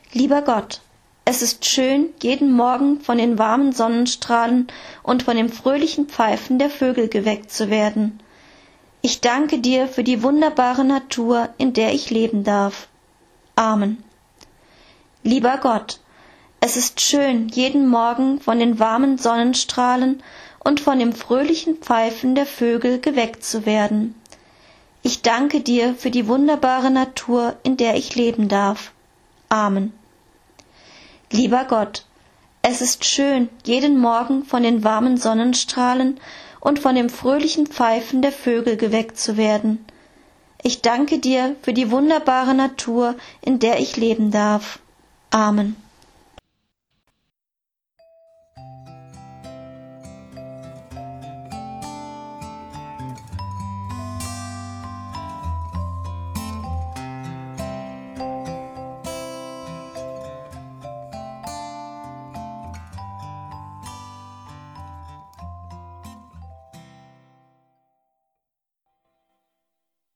Lieber Gott, es ist schön, jeden Morgen von den warmen Sonnenstrahlen und von dem fröhlichen Pfeifen der Vögel geweckt zu werden. Ich danke dir für die wunderbare Natur, in der ich leben darf. Amen. Lieber Gott, es ist schön, jeden Morgen von den warmen Sonnenstrahlen und von dem fröhlichen Pfeifen der Vögel geweckt zu werden. Ich danke dir für die wunderbare Natur, in der ich leben darf. Amen. Lieber Gott, es ist schön, jeden Morgen von den warmen Sonnenstrahlen und von dem fröhlichen Pfeifen der Vögel geweckt zu werden. Ich danke dir für die wunderbare Natur, in der ich leben darf. Amen.